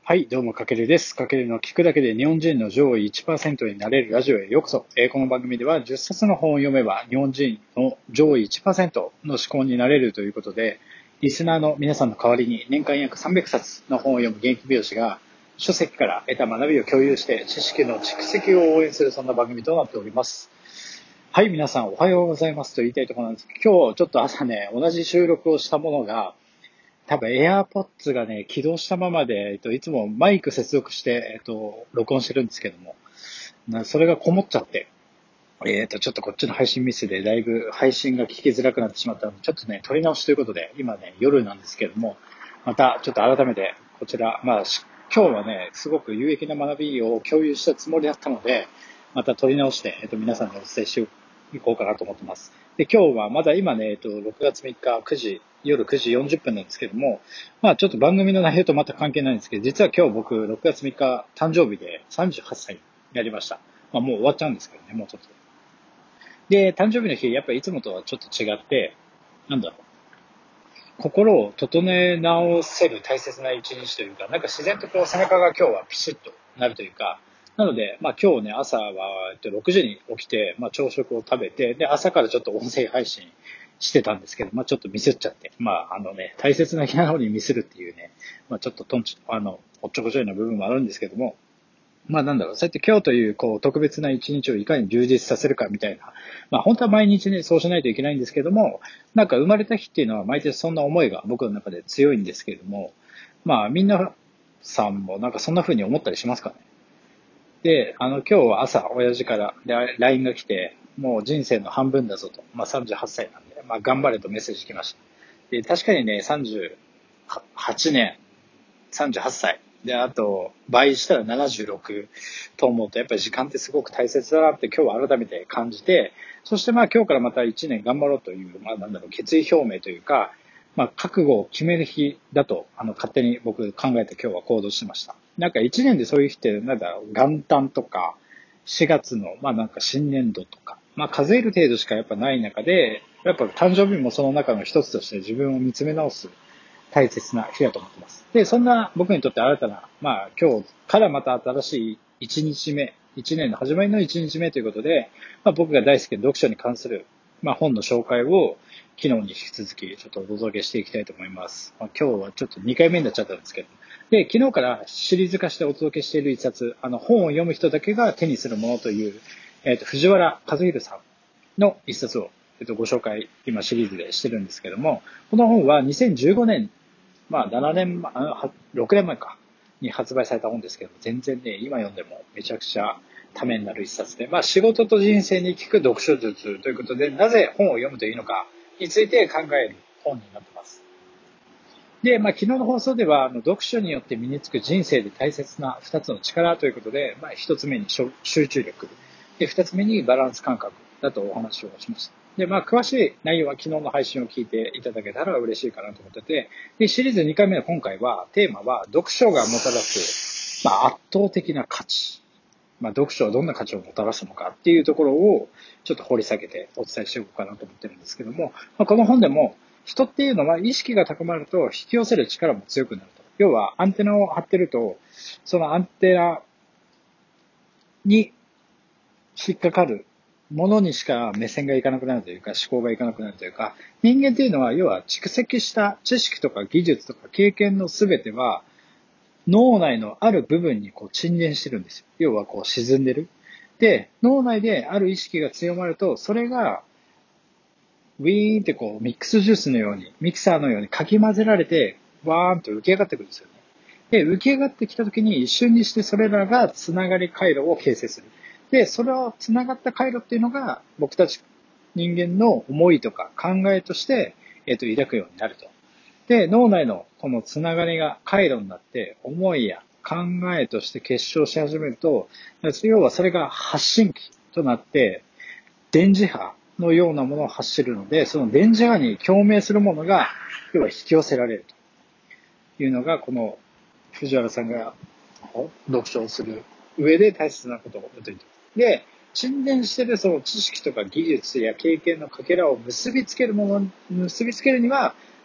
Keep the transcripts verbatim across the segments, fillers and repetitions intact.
はい、どうも、かけるです。かけるの聞くだけで日本人の上位いちパーセントになれるラジオへようこそ。えーこの番組ではじゅっさつの本を読めば日本人の上位いちパーセントの思考になれるということで、リスナーの皆さんの代わりに年間約さんびゃくさつの本を読む元気美容師が書籍から得た学びを共有して知識の蓄積を応援するそんな番組となっております。はい、皆さんおはようございますと言いたいところなんですけど、今日ちょっと朝ね、同じ収録をしたものが多分 AirPods がね、起動したままで、えっと、いつもマイク接続して、えっと、録音してるんですけども、なそれがこもっちゃって、えっと、ちょっとこっちの配信ミスでだいぶ配信が聞きづらくなってしまったので、ちょっとね、撮り直しということで、今ね、夜なんですけども、またちょっと改めてこちら、まあ、今日はね、すごく有益な学びを共有したつもりだったので、また撮り直して、えっと、皆さんにお伝えしていこうかなと思ってます。で、今日はまだ今ね、えっと、ろくがつみっかくじ、夜くじよんじゅっぷんなんですけども、まあちょっと番組の内容とまた関係ないんですけど、実は今日僕ろくがつみっか誕生日でさんじゅうはっさいになりました。まあもう終わっちゃうんですけどね、もうちょっと。で、誕生日の日、やっぱりいつもとはちょっと違って、なんだろう。心を整え直せる大切な一日というか、なんか自然とこう背中が今日はピシッとなるというか、なので、まあ今日ね、朝はろくじに起きて、まあ朝食を食べて、で、朝からちょっと音声配信してたんですけど、まあちょっとミスっちゃって、まああのね、大切な日なのにミスるっていうね、まあちょっととんち、あの、おっちょこちょいな部分もあるんですけども、まあなんだろう、そうやって今日というこう特別な一日をいかに充実させるかみたいな、まあ本当は毎日ね、そうしないといけないんですけども、なんか生まれた日っていうのは毎年そんな思いが僕の中で強いんですけれども、まあみんなさんもなんかそんな風に思ったりしますかね。で、あの今日は朝親父から ライン が来て、もう人生の半分だぞと、まあさんじゅうはっさいなんで、まあ頑張れとメッセージ来ました。で、確かにね、さんじゅうはちねん、さんじゅうはっさい。で、あと、倍したらななじゅうろくと思うと、やっぱり時間ってすごく大切だなって今日は改めて感じて、そしてまあ今日からまたいちねん頑張ろうという、まあなんだろう、決意表明というか、まあ覚悟を決める日だと、あの、勝手に僕考えて今日は行動しました。なんかいちねんでそういう日って、なんだろう、元旦とか、しがつの、まあなんか新年度とか、まあ数える程度しかやっぱない中で、やっぱ誕生日もその中の一つとして自分を見つめ直す大切な日だと思ってます。で、そんな僕にとって新たな、まあ今日からまた新しいいちにちめ、いちねんの始まりのいちにちめということで、まあ僕が大好きな読書に関する、まあ本の紹介を昨日に引き続きちょっとお届けしていきたいと思います。まあ、今日はちょっとにかいめになっちゃったんですけど。で、昨日からシリーズ化してお届けしている一冊、あの本を読む人だけが手にするものという、えっ、と、藤原和弘さんの一冊を、えっと、ご紹介、今シリーズでしてるんですけども、この本はにせんじゅうごねん、まあななねんまえ、ろくねんまえか、に発売された本ですけど、全然ね、今読んでもめちゃくちゃためになる一冊で、まあ仕事と人生に効く読書術ということで、なぜ本を読むといいのかについて考える本になってます。で、まあ、昨日の放送では、あの読書によって身につく人生で大切なふたつの力ということで、まあ、ひとつめに集中力、で、ふたつめにバランス感覚だとお話をしました。で、まあ、詳しい内容は昨日の配信を聞いていただけたら嬉しいかなと思ってて、で、シリーズにかいめの今回は、テーマは、読書がもたらす、まあ、圧倒的な価値。まあ、読書はどんな価値をもたらすのかっていうところをちょっと掘り下げてお伝えしていこうかなと思ってるんですけども、まあ、この本でも人っていうのは意識が高まると引き寄せる力も強くなると。要はアンテナを張ってると、そのアンテナに引っかかるものにしか目線がいかなくなるというか思考がいかなくなるというか、人間っていうのは要は蓄積した知識とか技術とか経験のすべては脳内のある部分にこう沈殿してるんですよ。要はこう沈んでる。で、脳内である意識が強まると、それがウィーンってこうミックスジュースのように、ミキサーのようにかき混ぜられて、ワーンと浮き上がってくるんですよね。で、浮き上がってきた時に一瞬にしてそれらがつながり回路を形成する。で、それをつながった回路っていうのが僕たち人間の思いとか考えとして、えっと、抱くようになると。で、脳内のこのつながりが回路になって、思いや考えとして結晶し始めると、要はそれが発信機となって、電磁波のようなものを発しているので、その電磁波に共鳴するものが、要は引き寄せられるというのが、この藤原さんが読書をする上で大切なことを言っている。で、沈殿しているその知識とか技術や経験のかけらを結びつけるもの、結びつけるには、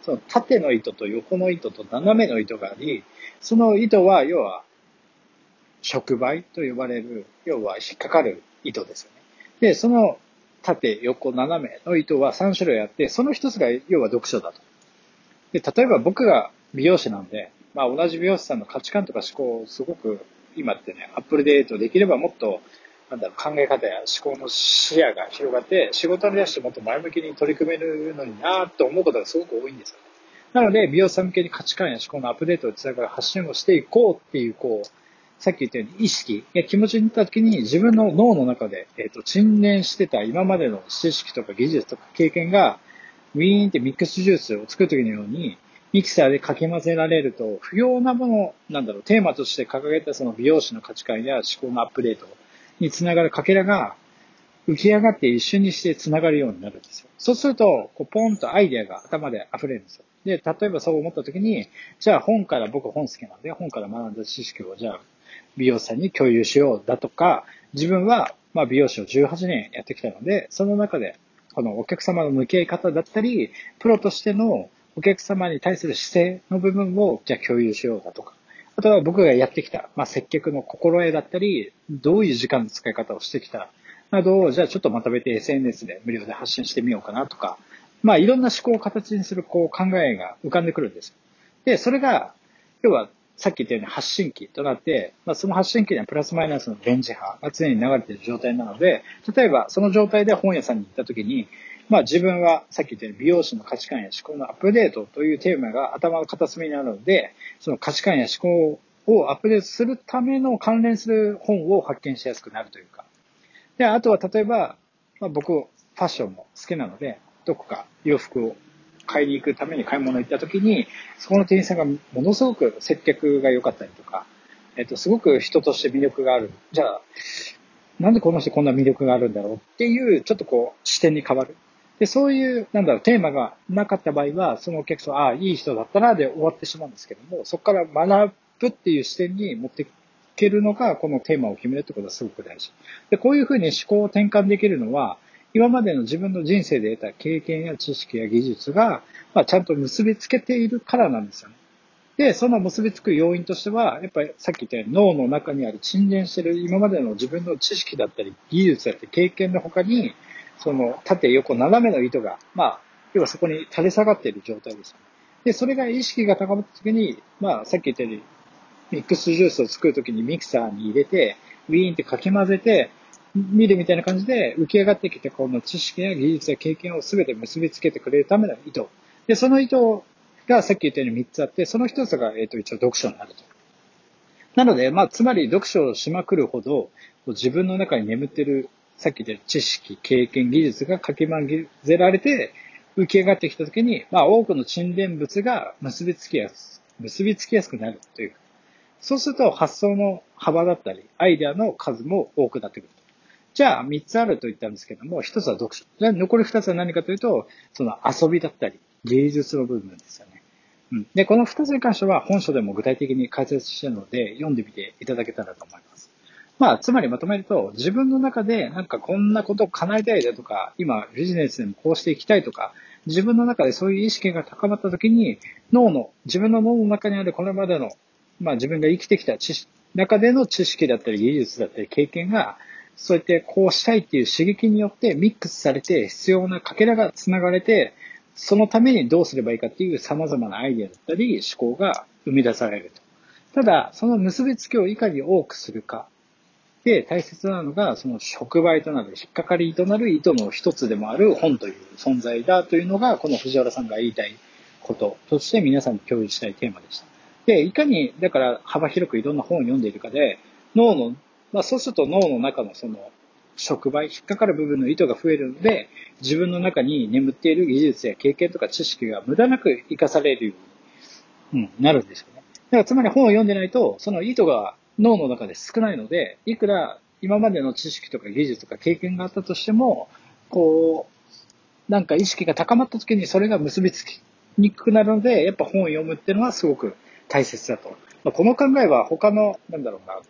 その縦の糸と横の糸と斜めの糸があり、その糸は要は触媒と呼ばれる、要は引っかかる糸ですよね。で、その縦、横、斜めの糸はさん種類あって、その一つが要は読書だと。で、例えば僕が美容師なんで、まあ同じ美容師さんの価値観とか思考をすごく今ってね、アップデートできればもっと、なんだろう、考え方や思考の視野が広がって、仕事に出してもっと前向きに取り組めるのになぁと思うことがすごく多いんですよね。なので、美容師さん向けに価値観や思考のアップデートをつながる発信をしていこうっていう、こう、さっき言ったように意識や気持ちになった時に自分の脳の中で、えっと、沈殿してた今までの知識とか技術とか経験がウィーンってミックスジュースを作る時のようにミキサーでかき混ぜられると不要なもの、なんだろう、テーマとして掲げたその美容師の価値観や思考のアップデートにつながるかけらが浮き上がって一瞬にしてつながるようになるんですよ。そうすると、こうポンとアイデアが頭で溢れるんですよ。で、例えばそう思った時に、じゃあ本から僕本好きなので、本から学んだ知識をじゃあ美容師さんに共有しようだとか、自分はまあ美容師をじゅうはちねんやってきたので、その中でこのお客様の向き合い方だったり、プロとしてのお客様に対する姿勢の部分をじゃあ共有しようだとか、あとは僕がやってきた、まあ、接客の心得だったり、どういう時間の使い方をしてきたなどを、じゃあちょっとまとめて エスエヌエス で無料で発信してみようかなとか、まあいろんな思考を形にするこう考えが浮かんでくるんです。で、それが、要はさっき言ったように発信機となって、まあその発信機にはプラスマイナスの電磁波が常に流れている状態なので、例えばその状態で本屋さんに行った時に、まあ自分はさっき言ったように美容師の価値観や思考のアップデートというテーマが頭の片隅にあるので、その価値観や思考をアップデートするための関連する本を発見しやすくなるというか、で、あとは例えば、まあ、僕、ファッションも好きなので、どこか洋服を買いに行くために買い物行った時に、そこの店員さんがものすごく接客が良かったりとか、えっと、すごく人として魅力がある。じゃあ、なんでこの人こんな魅力があるんだろうっていう、ちょっとこう、視点に変わる。で、そういう、なんだろう、テーマがなかった場合は、そのお客さんは、ああ、いい人だったな、で終わってしまうんですけども、そこから学ぶっていう視点に持っていけるのが、このテーマを決めるってことはすごく大事。で、こういうふうに思考を転換できるのは、今までの自分の人生で得た経験や知識や技術が、まあ、ちゃんと結びつけているからなんですよね。で、その結びつく要因としては、やっぱりさっき言ったように脳の中にある沈殿している今までの自分の知識だったり、技術だったり、経験の他に、その縦横斜めの糸が、まあ、要はそこに垂れ下がっている状態です。で、それが意識が高まった時に、まあ、さっき言ったように、ミックスジュースを作る時にミキサーに入れて、ウィーンってかき混ぜて、見るみたいな感じで浮き上がってきたこの知識や技術や経験を全て結びつけてくれるための糸。で、その糸がさっき言ったようにみっつあって、その一つが、えっと、一応読書になると。なので、まあ、つまり読書をしまくるほど、自分の中に眠ってる、さっき言ったように知識、経験、技術がかき混ぜられて、浮き上がってきたときに、まあ、多くの沈殿物が結びつきやす、結びつきやすくなるという。そうすると、発想の幅だったり、アイデアの数も多くなってくると。じゃあ、みっつあると言ったんですけども、ひとつは読書。残りふたつは何かというと、その遊びだったり、芸術の部分ですよね。うん、で、このふたつに関しては本書でも具体的に解説しているので、読んでみていただけたらと思います。まあ、つまりまとめると、自分の中でなんかこんなことを叶えたいだとか、今ビジネスでもこうしていきたいとか、自分の中でそういう意識が高まった時に、脳の、自分の脳の中にあるこれまでの、まあ自分が生きてきた知識、中での知識だったり技術だったり経験が、そうやってこうしたいっていう刺激によってミックスされて必要なかけらがつながれて、そのためにどうすればいいかっていう様々なアイデアだったり思考が生み出されると。ただ、その結びつきをいかに多くするかで大切なのが、その触媒となる、引っかかりとなる糸の一つでもある本という存在だというのが、この藤原さんが言いたいこととして皆さんに共有したいテーマでした。で、いかに、だから幅広くいろんな本を読んでいるかで、脳の、まあそうすると脳の中のその触媒、引っかかる部分の糸が増えるので、自分の中に眠っている技術や経験とか知識が無駄なく活かされるようになるんですよね。だからつまり本を読んでないと、その糸が脳の中で少ないので、いくら今までの知識とか技術とか経験があったとしても、こう、なんか意識が高まった時にそれが結びつきにくくなるので、やっぱ本を読むっていうのはすごく大切だと。まあ、この考えは他の、なんだろうな、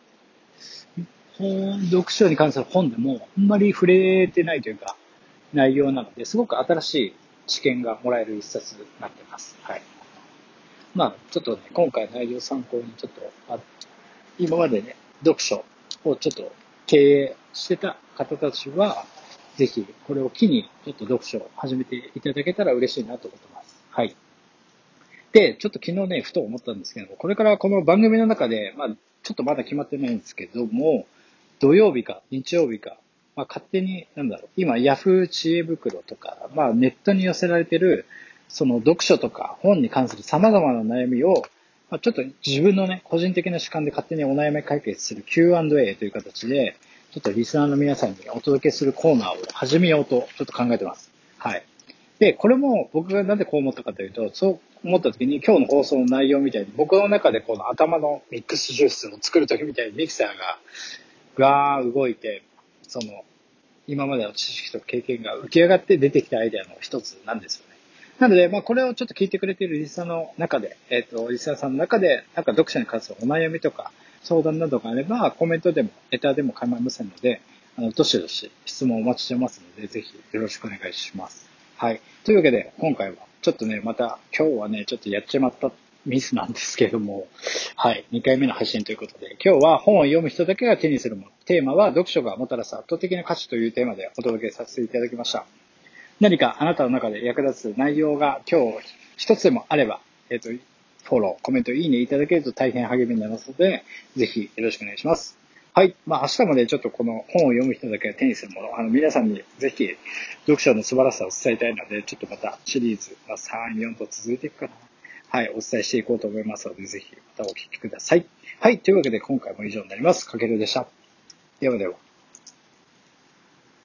読書に関する本でもあんまり触れてないというか、内容なので、すごく新しい知見がもらえる一冊になってます。はい。まあ、ちょっとね、今回の内容を参考に、ちょっと、あ今までね、読書をちょっと経営してた方たちは、ぜひこれを機にちょっと読書を始めていただけたら嬉しいなと思ってます。はい。で、ちょっと昨日ね、ふと思ったんですけども、これからこの番組の中で、まあ、ちょっとまだ決まってないんですけども、土曜日か日曜日か、まあ、勝手に、なんだろう、今、ヤフー知恵袋とか、まあ、ネットに寄せられてる、その読書とか本に関する様々な悩みを、まあ、ちょっと自分のね、個人的な主観で勝手にお悩み解決する キューアンドエー という形で、ちょっとリスナーの皆さんにお届けするコーナーを始めようと、ちょっと考えてます。はい。で、これも僕がなんでこう思ったかというと、そう思った時に今日の放送の内容みたいに、僕の中でこの頭のミックスジュースを作る時みたいにミキサーがガー動いて、その今までの知識と経験が浮き上がって出てきたアイデアの一つなんですよね。なので、まあこれをちょっと聞いてくれているリスナーの中で、えっと、リスナーさんの中で、なんか読者に関するお悩みとか相談などがあれば、コメントでも、レターでも構いませんので、あの、どしどし質問をお待ちしてますので、ぜひよろしくお願いします。はい。というわけで、今回は、ちょっとね、また、今日はね、ちょっとやっちまったミスなんですけれども、はい。にかいめの配信ということで、今日は本を読む人だけが手にするもの。テーマは、読書がもたらす圧倒的な価値というテーマでお届けさせていただきました。何かあなたの中で役立つ内容が今日一つでもあれば、えっと、フォロー、コメント、いいねいただけると大変励みになりますので、ぜひよろしくお願いします。はい。まあ明日もね、ちょっとこの本を読む人だけが手にするもの、あの皆さんにぜひ読書の素晴らしさを伝えたいので、ちょっとまたシリーズ、まあ、さん、よんと続いていくかな。はい。お伝えしていこうと思いますので、ぜひまたお聞きください。はい。というわけで今回も以上になります。かけるでした。ではでは。